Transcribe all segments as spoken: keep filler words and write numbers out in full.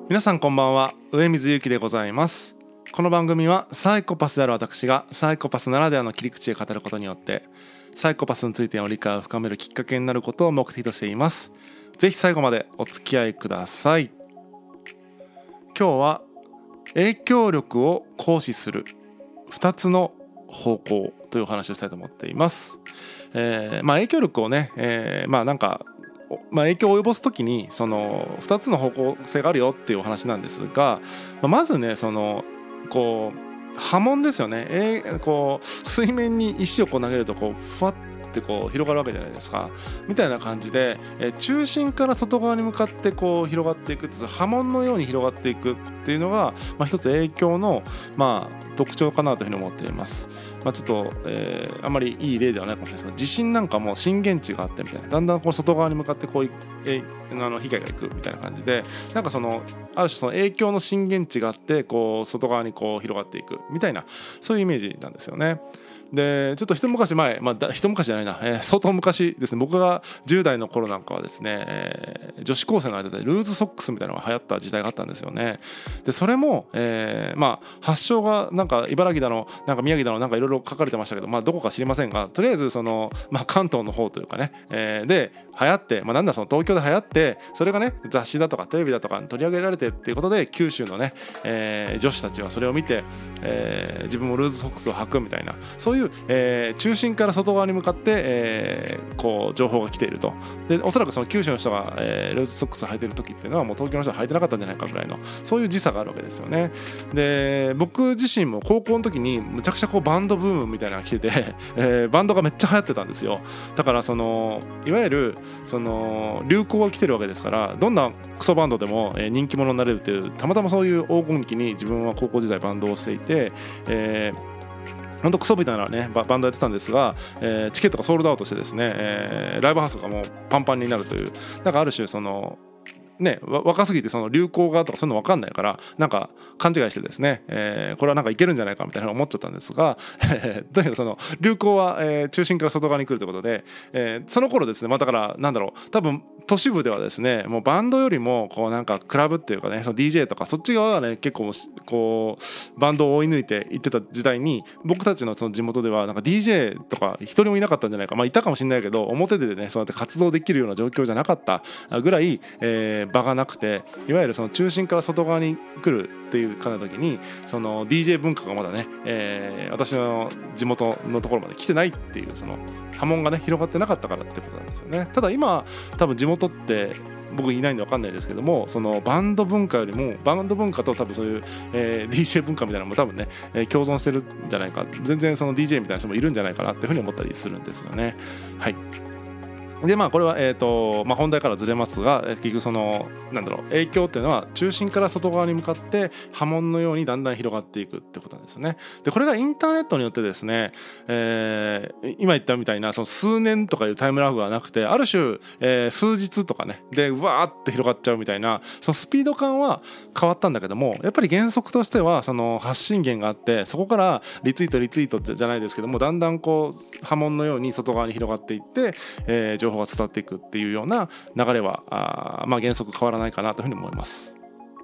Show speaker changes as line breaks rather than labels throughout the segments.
皆さんこんばんは、上水ゆきでございます。この番組はサイコパスである私がサイコパスならではの切り口で語ることによってサイコパスについての理解を深めるきっかけになることを目的としています。ぜひ最後までお付き合いください。今日は影響力を行使するふたつの方向というお話をしたいと思っています。えーまあ、影響力をね、えー、まあなんかまあ、影響を及ぼすときにそのふたつの方向性があるよっていうお話なんですが、まずねそのこう波紋ですよね。えー、こう水面に石をこう投げるとこうふわってこう広がるわけじゃないですか。みたいな感じで、えー、中心から外側に向かってこう広がっていくって波紋のように広がっていくっていうのが、まあ、一つ影響の、まあ、特徴かなというふうに思っています。まあ、ちょっと、えー、あんまりいい例ではないかもしれないですが、地震なんかも震源地があってみたいな、だんだんこう外側に向かってこう、えー、あの被害がいくみたいな感じで、なんかそのある種その影響の震源地があってこう外側にこう広がっていくみたいな、そういうイメージなんですよね。でちょっと一昔前、まあ、一昔じゃないな、えー、相当昔ですね。僕がじゅう代の頃なんかはですね、えー、女子高生の間でルーズソックスみたいなのが流行った時代があったんですよね。でそれも、えー、まあ発祥がなんか茨城だのなんか宮城だのなんかいろいろ書かれてましたけど、まあどこか知りませんが、とりあえずその、まあ、関東の方というかね、えー、で流行って、まあ、なんだその東京で流行って、それがね雑誌だとかテレビだとかに取り上げられてっていうことで、九州のね、えー、女子たちはそれを見て、えー、自分もルーズソックスを履くみたいな、そういう、えー、中心から外側に向かって、えー、こう情報が来ていると。でおそらくその九州の人が、えー、ルーズソックスを履いている時っていうのはもう東京の人は履いてなかったんじゃないかぐらいの、そういう時差があるわけですよね。で僕自身も高校の時にむちゃくちゃこうバンドブームみたいなのが来てて、えー、バンドがめっちゃ流行ってたんですよ。だからそのいわゆるその流行が来てるわけですから、どんなクソバンドでも、えー、人気者になれるという、たまたまそういう黄金期に自分は高校時代バンドをしていて、えー本当クソみたいなねバンドやってたんですが、えー、チケットがソールドアウトしてですね、えー、ライブハウスがもうパンパンになるという、なんかある種そのね、若すぎてその流行がとかそういうの分かんないから、なんか勘違いしてですね、えー、これはなんかいけるんじゃないかみたいな思っちゃったんですがとにかくその流行は、えー、中心から外側に来るということで、えー、その頃ですね、まあ、だからなんだろう、多分都市部ではですね、もうバンドよりもこうなんかクラブっていうかね、その ディージェー とかそっち側がね結構こうバンドを追い抜いていってた時代に、僕たちのその地元ではなんか ディージェー とか一人もいなかったんじゃないか、まあいたかもしれないけど表でねそうやって活動できるような状況じゃなかったぐらい、えー、場がなくて、いわゆるその中心から外側に来るっていうかな時に、その ディージェー 文化がまだね、えー、私の地元のところまで来てないっていう、その波紋がね広がってなかったからってことなんですよね。ただ今多分地元って僕いないんで分かんないですけども、そのバンド文化よりもバンド文化と多分そういう、えー、ディージェー 文化みたいなのも多分ね、えー、共存してるんじゃないか、全然その ディージェー みたいな人もいるんじゃないかなっていうふうに思ったりするんですよね。はい。でまあこれはえーとまあ本題からずれますが、結局そのなんだろう、影響っていうのは中心から外側に向かって波紋のようにだんだん広がっていくってことなんですね。でこれがインターネットによってですね、えー、今言ったみたいなその数年とかいうタイムラグがなくて、ある種、えー、数日とかねでうわーって広がっちゃうみたいな、そのスピード感は変わったんだけども、やっぱり原則としてはその発信源があって、そこからリツイートリツイートじゃないですけども、だんだんこう波紋のように外側に広がっていって、えー、情報が伝わっていくっていうような流れはあ、まあ、原則変わらないかなというふうに思います。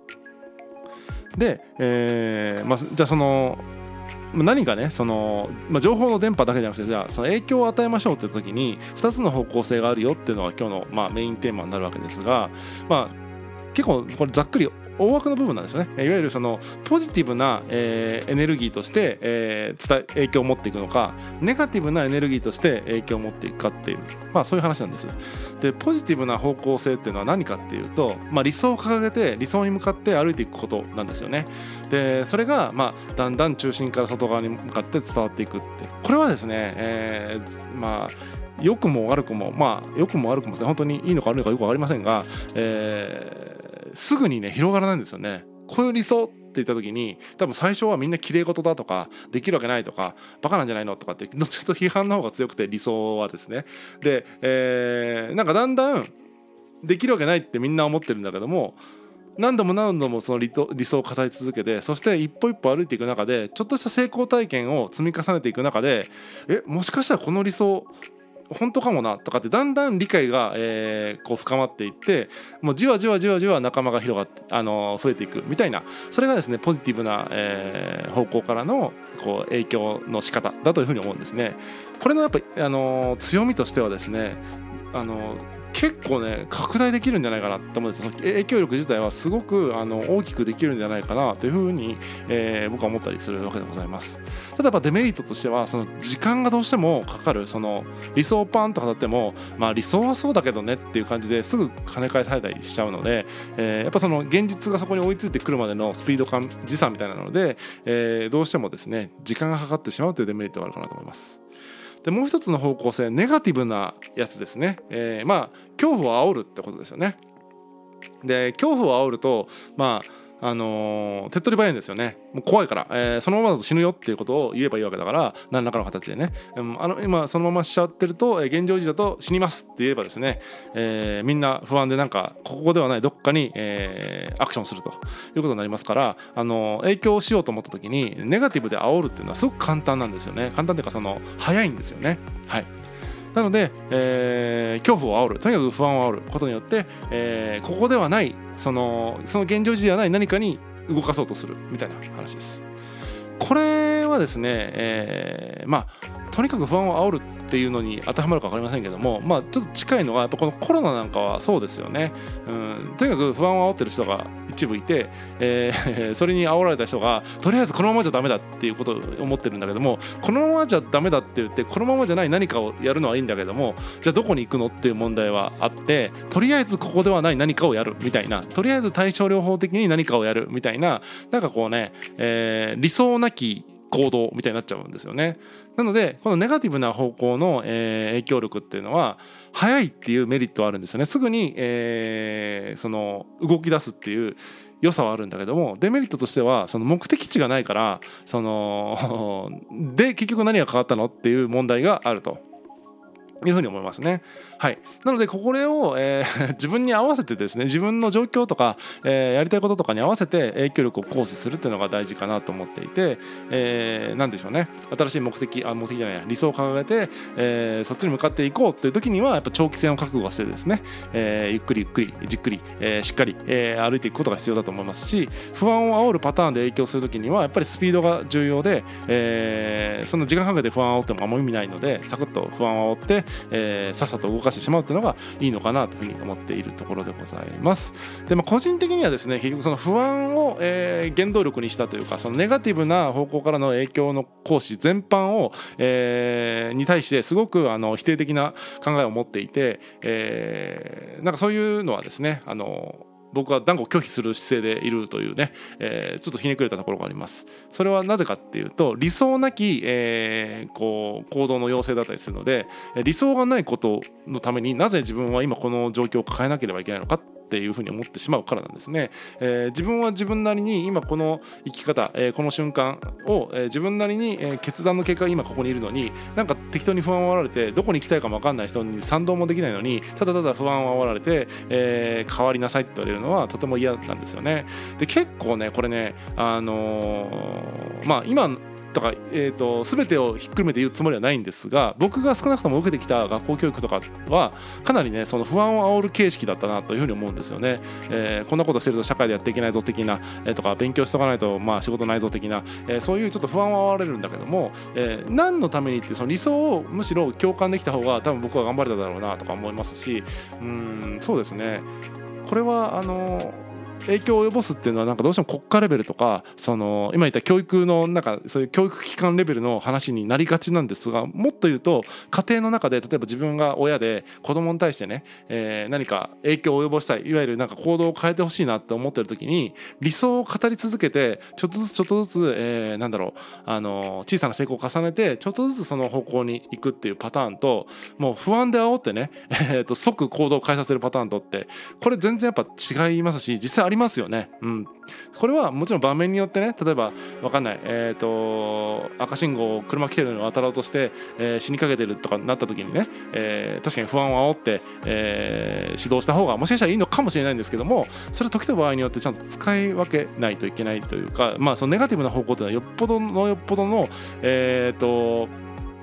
で、えーまあ、じゃあその何かねその、まあ、情報の電波だけじゃなくて、じゃあその影響を与えましょうって時にふたつの方向性があるよっていうのが今日の、まあ、メインテーマになるわけですが、まあ結構これざっくり大枠の部分なんですよね。いわゆるそのポジティブな、えー、エネルギーとして、えー、伝え影響を持っていくのか、ネガティブなエネルギーとして影響を持っていくかっていう、まあそういう話なんです。でポジティブな方向性っていうのは何かっていうと、まあ、理想を掲げて理想に向かって歩いていくことなんですよね。でそれが、まあ、だんだん中心から外側に向かって伝わっていくって、これはですね、えー、まあ良くも悪くも、まあ良くも悪くもですね、本当にいいのか悪いのかよく分かりませんが、えー、すぐにね広がらないんですよね。こういう理想って言った時に、多分最初はみんな綺麗事だとかできるわけないとかバカなんじゃないのとかってどっちかというと批判の方が強くて、理想はですね。で、えー、なんかだんだんできるわけないってみんな思ってるんだけども、何度も何度もその理想を語り続けて、そして一歩一歩歩いていく中でちょっとした成功体験を積み重ねていく中で、えもしかしたらこの理想本当かもなとかってだんだん理解が、えー、こう深まっていって、もうじわじわじわじわ仲間が広がって、あの増えていくみたいな、それがですねポジティブな、えー、方向からのこう影響の仕方だというふうに思うんですね。これのやっぱり、あの強みとしてはですね、あの結構ね拡大できるんじゃないかなと思うんです。影響力自体はすごくあの大きくできるんじゃないかなというふうに、えー、僕は思ったりするわけでございます。ただやっぱデメリットとしては、その時間がどうしてもかかる、その理想をパンと語っても、まあ理想はそうだけどねっていう感じですぐ跳ね返されたりしちゃうので、えー、やっぱその現実がそこに追いついてくるまでのスピード感時差みたいなので、えー、どうしてもですね時間がかかってしまうというデメリットがあるかなと思います。でもう一つの方向性、ネガティブなやつですね、えー、まあ恐怖を煽るってことですよね。で恐怖を煽ると、まああのー、手っ取り早いんですよね。もう怖いから、えー、そのままだと死ぬよっていうことを言えばいいわけだから、何らかの形でね、うん、あの今そのまましちゃってると、えー、現状維持だと死にますって言えばですね、えー、みんな不安でなんかここではないどっかに、えー、アクションするということになりますから、あのー、影響しようと思った時にネガティブで煽るっていうのはすごく簡単なんですよね。簡単というかその早いんですよね。はい。なので、えー、恐怖を煽る、とにかく不安を煽ることによって、えー、ここではないその、その現状維持ではない何かに動かそうとするみたいな話です。これはですね、えー、まあとにかく不安を煽るっていうのに当てはまるか分かりませんけども、まあちょっと近いのはやっぱこのコロナなんかはそうですよね。うん、とにかく不安を煽ってる人が一部いて、えー、それに煽られた人がとりあえずこのままじゃダメだっていうことを思ってるんだけども、このままじゃダメだって言ってこのままじゃない何かをやるのはいいんだけども、じゃあどこに行くのっていう問題はあって、とりあえずここではない何かをやるみたいな、とりあえず対症療法的に何かをやるみたいな、なんかこうね、えー、理想なき行動みたいになっちゃうんですよね。なのでこのネガティブな方向の、えー、影響力っていうのは早いっていうメリットはあるんですよね。すぐに、えー、その動き出すっていう良さはあるんだけども、デメリットとしてはその目的地がないから、そので結局何が変わったのっていう問題があるというふうに思いますね。はい。なのでこれを、えー、自分に合わせてですね、自分の状況とか、えー、やりたいこととかに合わせて影響力を行使するっていうのが大事かなと思っていて、えー、なんでしょうね、新しい目的あ目的じゃない理想を掲げて、えー、そっちに向かっていこうっていう時にはやっぱ長期戦を覚悟してですね、えー、ゆっくりゆっくりじっくり、えー、しっかり、えー、歩いていくことが必要だと思いますし、不安を煽るパターンで影響する時にはやっぱりスピードが重要で、えー、その時間かけて不安を煽ってもあんま意味ないので、サクッと不安を煽って、えーえー、さっさと動かしてしまうっていうのがいいのかなというふうに思っているところでございます。で、まあ、個人的にはですね、結局その不安を、えー、原動力にしたというか、そのネガティブな方向からの影響の行使全般を、えー、に対してすごくあの否定的な考えを持っていて、えー、なんかそういうのはですね、あの僕は断固拒否する姿勢でいるというね、えー、ちょっとひねくれたところがあります。それはなぜかっていうと、理想なき、えー、こう行動の要請だったりするので、理想がないことのためになぜ自分は今この状況を変えなければいけないのかっていうふうに思ってしまうからなんですね。えー、自分は自分なりに今この生き方、えー、この瞬間を、えー、自分なりに、えー、決断の結果今ここにいるのに、なんか適当に不安を煽られてどこに行きたいかも分かんない人に賛同もできないのに、ただただ不安を煽られて、えー、変わりなさいって言われるのはとても嫌なんですよね。で、結構ねこれね、あのー、まあ今とか、えーと、全てをひっくるめて言うつもりはないんですが、僕が少なくとも受けてきた学校教育とかはかなりねその不安を煽る形式だったなというふうに思うんですよね。えー、こんなことしてると社会でやっていけないぞ的な、えー、とか勉強しとかないとまあ仕事ないぞ的な、えー、そういうちょっと不安を煽られるんだけども、えー、何のためにってその理想をむしろ共感できた方が多分僕は頑張れただろうなとか思いますし、うーんそうですね、これはあのー影響を及ぼすっていうのはなんかどうしても国家レベルとか、その今言った教育のなんかそういう教育機関レベルの話になりがちなんですが、もっと言うと家庭の中で例えば自分が親で子供に対してね、えー、何か影響を及ぼしたい、いわゆるなんか行動を変えてほしいなって思ってる時に理想を語り続けてちょっとずつちょっとずつ、えー、なんだろうあの小さな成功を重ねてちょっとずつその方向に行くっていうパターンと、もう不安で煽ってね、えー、と即行動を変えさせるパターンとって、これ全然やっぱ違いますし、実際ありますよね。うん、これはもちろん場面によってね、例えば分かんない、えー、と赤信号を車来てるのに渡ろうとして、えー、死にかけてるとかなった時にね、えー、確かに不安を煽って、えー、指導した方がもしかしたらいいのかもしれないんですけども、それは時と場合によってちゃんと使い分けないといけないというか、まあそのネガティブな方向というのはよっぽどのよっぽどのえーと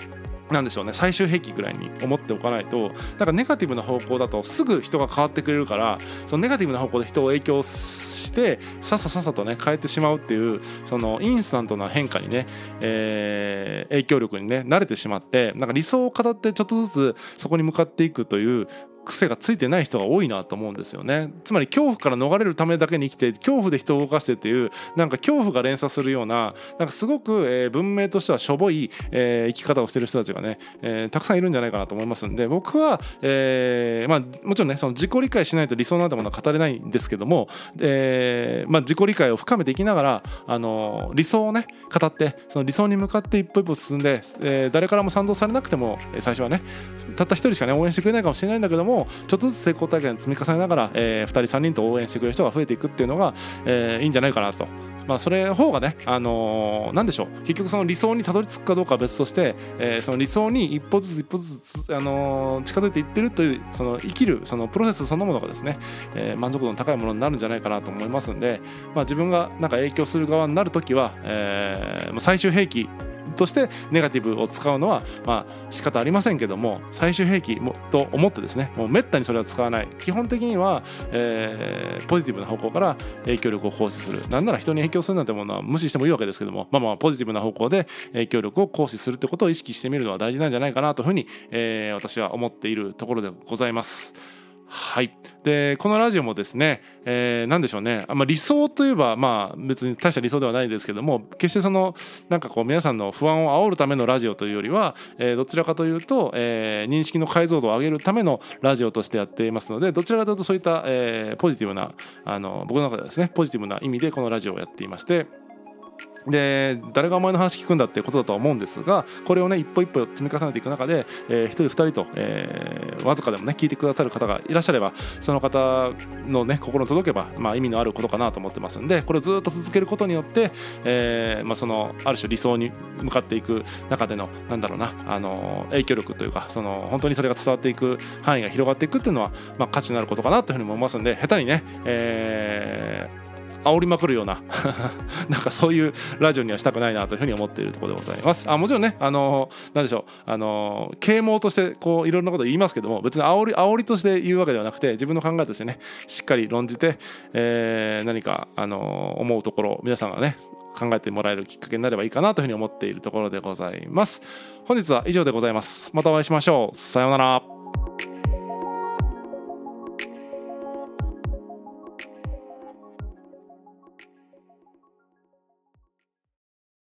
なんでしょうね、最終兵器ぐらいに思っておかないと、なんかネガティブな方向だとすぐ人が変わってくれるから、そのネガティブな方向で人を影響してさっささっさとね変えてしまうっていう、そのインスタントな変化にね、えー、影響力にね慣れてしまって、なんか理想を語ってちょっとずつそこに向かっていくという癖がついてない人が多いなと思うんですよね。つまり恐怖から逃れるためだけに生きて、恐怖で人を動かしてっていう、なんか恐怖が連鎖するような、なんかすごく、えー、文明としてはしょぼい、えー、生き方をしている人たちがね、えー、たくさんいるんじゃないかなと思いますんで、僕は、えーまあ、もちろんねその自己理解しないと理想なんてものは語れないんですけども、えーまあ、自己理解を深めていきながら、あのー、理想をね語って、その理想に向かって一歩一歩進んで、えー、誰からも賛同されなくても、最初はねたった一人しかね応援してくれないかもしれないんだけども、ちょっとずつ成功体験積み重ねながら、えー、ふたりさんにんと応援してくれる人が増えていくっていうのが、えー、いいんじゃないかなと。まあ、それの方がね、あのー、なんでしょう、結局その理想にたどり着くかどうかは別として、えー、その理想に一歩ずつ一歩ずつ、あのー、近づいていってるという、その生きるそのプロセスそのものがですね、えー、満足度の高いものになるんじゃないかなと思いますんで、まあ、自分がなんか影響する側になるときは、えー、最終兵器としてネガティブを使うのはまあ仕方ありませんけども、最終兵器もと思ってですね、もうめったにそれは使わない。基本的には、えー、ポジティブな方向から影響力を行使する。なんなら人に影響するなんてものは無視してもいいわけですけども、まあまあポジティブな方向で影響力を行使するってことを意識してみるのは大事なんじゃないかなというふうに、えー、私は思っているところでございます。はい。でこのラジオもですね、えー、なんでしょうね、まあ、理想といえばまあ別に大した理想ではないですけども、決してそのなんかこう皆さんの不安を煽るためのラジオというよりは、えー、どちらかというと、えー、認識の解像度を上げるためのラジオとしてやっていますので、どちらかというとそういった、えー、ポジティブな、あの僕の中ではですねポジティブな意味でこのラジオをやっていまして、で誰がお前の話聞くんだっていうことだとは思うんですが、これをね一歩一歩積み重ねていく中で、えー、一人二人と、えー、わずかでもね聞いてくださる方がいらっしゃれば、その方のね心に届けば、まあ、意味のあることかなと思ってますんで、これをずっと続けることによって、えーまあ、そのある種理想に向かっていく中でのなんだろうな、あの影響力というか、その本当にそれが伝わっていく範囲が広がっていくっていうのは、まあ、価値になることかなというふうに思いますんで、下手にね、えー煽りまくるようななんかそういうラジオにはしたくないなというふうに思っているところでございます。あもちろんね、あのなんでしょう、あの啓蒙としてこういろんなことを言いますけども、別に煽り煽りとして言うわけではなくて、自分の考えとしてねしっかり論じて、えー、何かあの思うところ皆さんがね考えてもらえるきっかけになればいいかなというふうに思っているところでございます。本日は以上でございます。またお会いしましょう。さようなら。